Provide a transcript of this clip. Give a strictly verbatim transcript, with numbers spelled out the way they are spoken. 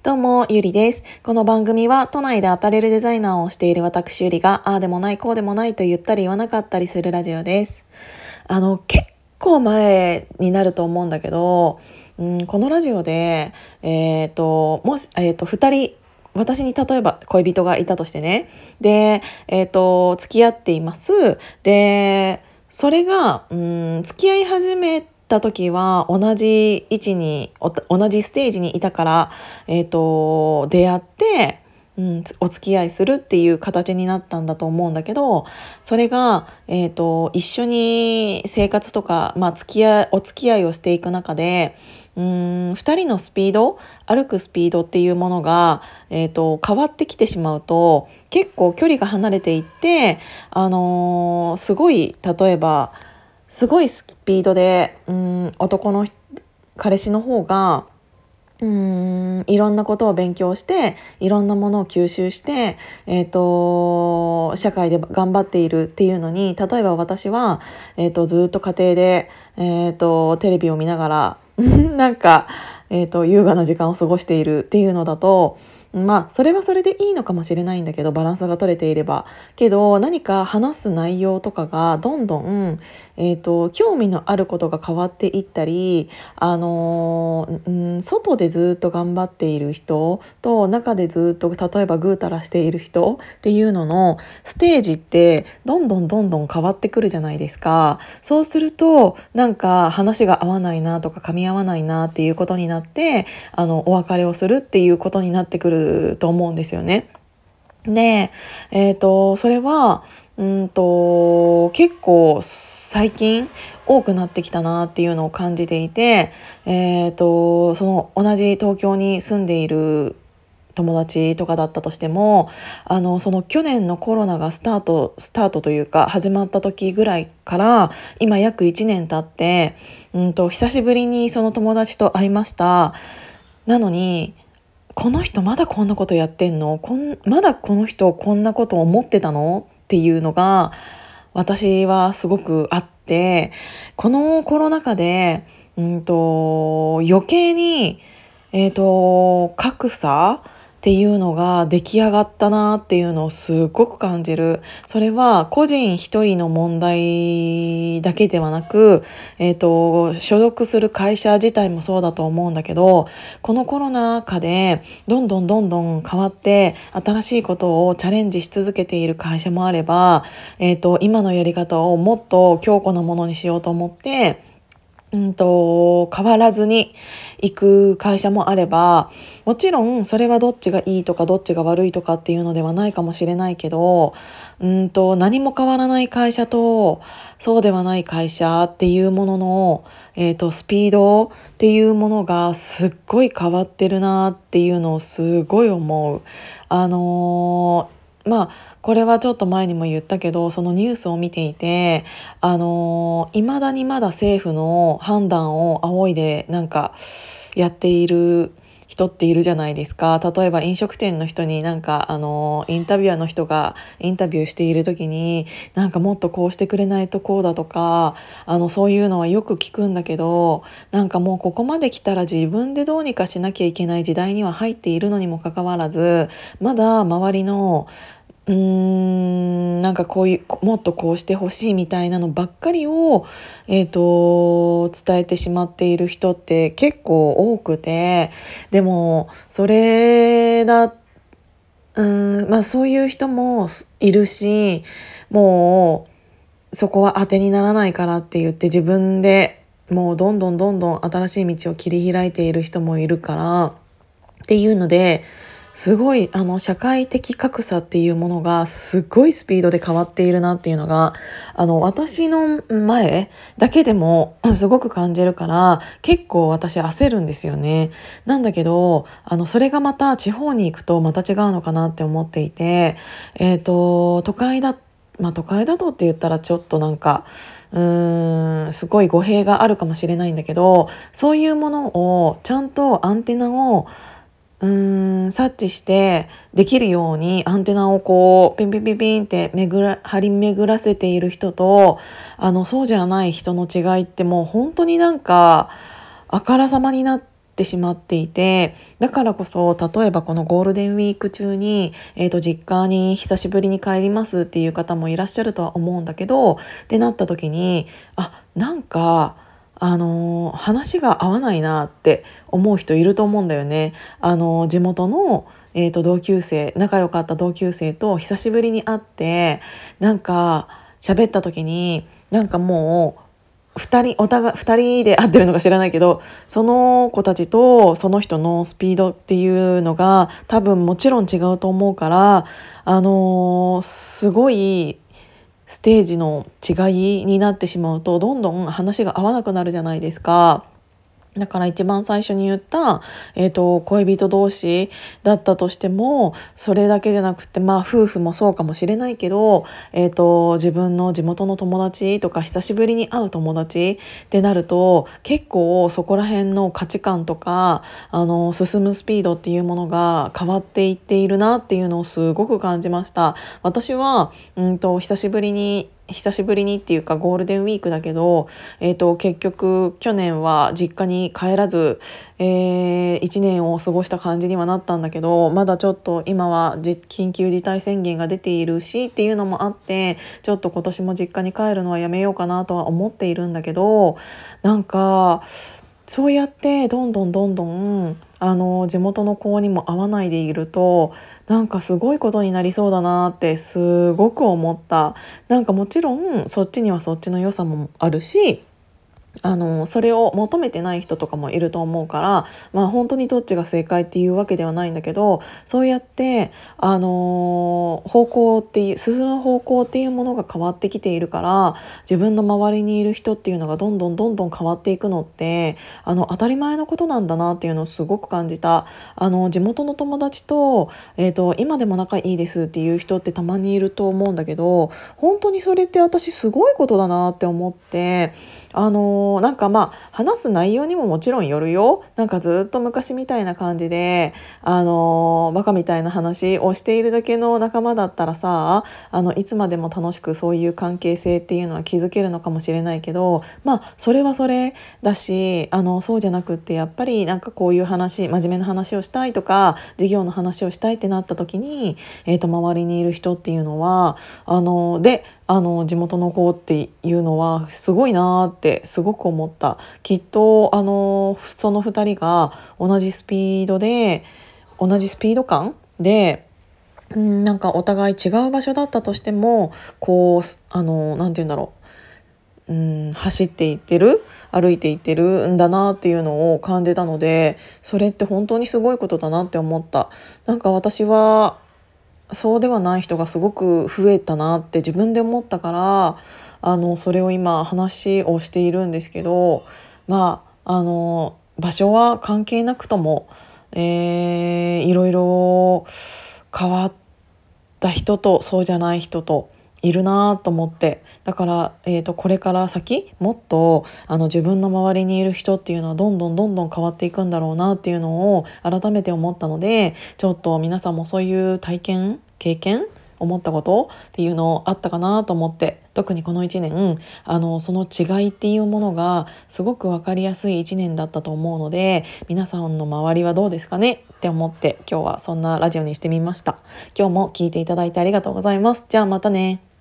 どうも、ゆりです。この番組は都内でアパレルデザイナーをしている私ゆりが、ああでもない、こうでもないと言ったり言わなかったりするラジオです。あの、結構前になると思うんだけど、うん、このラジオで、えっと、もし、えっと、二人、私に例えば恋人がいたとしてね。で、えっと、付き合っています。で、それが、うん、付き合い始めた時は同じ位置に、お同じステージにいたから、えっと、出会って、うん、お付き合いするっていう形になったんだと思うんだけど、それが、えっと、一緒に生活とか、まあ、付き合い、お付き合いをしていく中で、うーん、二人のスピード、歩くスピードっていうものが、えっと、変わってきてしまうと、結構距離が離れていって、あのーすごい、例えば、すごいスピードで、うん、男の彼氏の方が、うーんいろんなことを勉強していろんなものを吸収して、えー、と社会で頑張っているっていうのに、例えば私は、えー、とずっと家庭で、えー、とテレビを見ながらなんか、えー、と優雅な時間を過ごしているっていうのだと、まあそれはそれでいいのかもしれないんだけど、バランスが取れていれば。けど何か話す内容とかがどんどん、えー、と興味のあることが変わっていったり、あのうん、外でずっと頑張っている人と中でずっと例えばぐうたらしている人っていうののステージってどんどんどんどん変わってくるじゃないですか。そうするとなんか話が合わないなとか噛み合わないなっていうことになって、あのお別れをするっていうことになってくると思うんですよね。で、えっと、それは、うんと、結構最近多くなってきたなっていうのを感じていて、えっと、その同じ東京に住んでいる友達とかだったとしても、あの、その去年のコロナがスタート、スタートというか始まった時ぐらいから、今約いちねん経って、うんと、久しぶりにその友達と会いました。なのに、この人まだこんなことやってんのこんまだこの人こんなこと思ってたのっていうのが私はすごくあって、このコロナ禍でうんと余計に、えーと格差っていうのが出来上がったなっていうのをすごく感じる。それは個人一人の問題だけではなく、えーと所属する会社自体もそうだと思うんだけど、このコロナ禍でどんどんどんどん変わって新しいことをチャレンジし続けている会社もあれば、えーと今のやり方をもっと強固なものにしようと思ってうんと変わらずに行く会社もあれば、もちろんそれはどっちがいいとかどっちが悪いとかっていうのではないかもしれないけど、うんと何も変わらない会社とそうではない会社っていうものの、えーとスピードっていうものがすっごい変わってるなっていうのをすごい思う。あのーまあこれはちょっと前にも言ったけど、そのニュースを見ていて、あのいまだにまだ政府の判断を仰いでなんかやっている人っているじゃないですか。例えば飲食店の人になんかあのインタビュアーの人がインタビューしている時に、なんかもっとこうしてくれないとこうだとか、あのそういうのはよく聞くんだけど、なんかもうここまで来たら自分でどうにかしなきゃいけない時代には入っているのにもかかわらず、まだ周りのうーんなんかこういうもっとこうしてほしいみたいなのばっかりを、えーと伝えてしまっている人って結構多くて、でもそれだうーんまあそういう人もいるし、もうそこは当てにならないからって言って自分でもうどんどんどんどん新しい道を切り開いている人もいるからっていうので、すごいあの社会的格差っていうものがすごいスピードで変わっているなっていうのが、あの私の前だけでもすごく感じるから、結構私焦るんですよね。なんだけどあのそれがまた地方に行くとまた違うのかなって思っていて、えっと都会だまあ都会だとって言ったらちょっとなんかうーんすごい語弊があるかもしれないんだけど、そういうものをちゃんとアンテナをうーん察知してできるようにアンテナをこうピンピンピンピンって巡ら張り巡らせている人と、あのそうじゃない人の違いってもう本当になんかあからさまになってってしまっていて、だからこそ例えばこのゴールデンウィーク中に、えー、と実家に久しぶりに帰りますっていう方もいらっしゃるとは思うんだけど、ってなった時にあなんかあのー話が合わないなって思う人いると思うんだよね。あのー地元の、えー、と同級生仲良かった同級生と久しぶりに会ってなんか喋った時になんかもうふたりお互いふたりで会ってるのか知らないけど、その子たちとその人のスピードっていうのが多分もちろん違うと思うから、あのーすごいステージの違いになってしまうとどんどん話が合わなくなるじゃないですか。だから一番最初に言った、えーと、恋人同士だったとしてもそれだけじゃなくて、まあ夫婦もそうかもしれないけど、えーと、自分の地元の友達とか久しぶりに会う友達ってなると結構そこら辺の価値観とかあの進むスピードっていうものが変わっていっているなっていうのをすごく感じました。私はうんと久しぶりに久しぶりにっていうかゴールデンウィークだけど、えーと、結局去年は実家に帰らず、えー、いちねんを過ごした感じにはなったんだけど、まだちょっと今はじ緊急事態宣言が出ているしっていうのもあってちょっと今年も実家に帰るのはやめようかなとは思っているんだけど、なんかそうやってどんどんどんどんあの地元の子にも会わないでいるとなんかすごいことになりそうだなってすごく思った。なんかもちろんそっちにはそっちの良さもあるし、あのそれを求めてない人とかもいると思うから、まあ本当にどっちが正解っていうわけではないんだけど、そうやってあの方向っていう進む方向っていうものが変わってきているから、自分の周りにいる人っていうのがどんどんどんどん変わっていくのってあの当たり前のことなんだなっていうのをすごく感じた。あの地元の友達と、えーと、今でも仲いいですっていう人ってたまにいると思うんだけど、本当にそれって私すごいことだなって思って、あのーなんかまあ話す内容にももちろんよるよ。なんかずっと昔みたいな感じで、あのーバカみたいな話をしているだけの仲間だったらさ、あのいつまでも楽しくそういう関係性っていうのは築けるのかもしれないけど、まあそれはそれだし、あのそうじゃなくってやっぱりなんかこういう話、真面目な話をしたいとか事業の話をしたいってなった時に、えー、と周りにいる人っていうのはあのであの地元の子っていうのはすごいなってすごく思った。きっとあのそのふたりが同じスピードで同じスピード感でうん、なんかお互い違う場所だったとしてもこうあのなんて言うんだろう、うん、走っていってる歩いていってるんだなっていうのを感じたので、それって本当にすごいことだなって思った。なんか私はそうではない人がすごく増えたなって自分で思ったから、あのそれを今話をしているんですけど、まああの場所は関係なくとも、えーいろいろ変わった人とそうじゃない人といるなと思って、だから、えーと、これから先もっとあの自分の周りにいる人っていうのはどんどんどんどん変わっていくんだろうなっていうのを改めて思ったので、ちょっと皆さんもそういう体験経験思ったことっていうのあったかなと思って、特にこのいちねんあのその違いっていうものがすごく分かりやすいいちねんだったと思うので、皆さんの周りはどうですかねって思って今日はそんなラジオにしてみました。今日も聞いていただいてありがとうございます。じゃあまたね。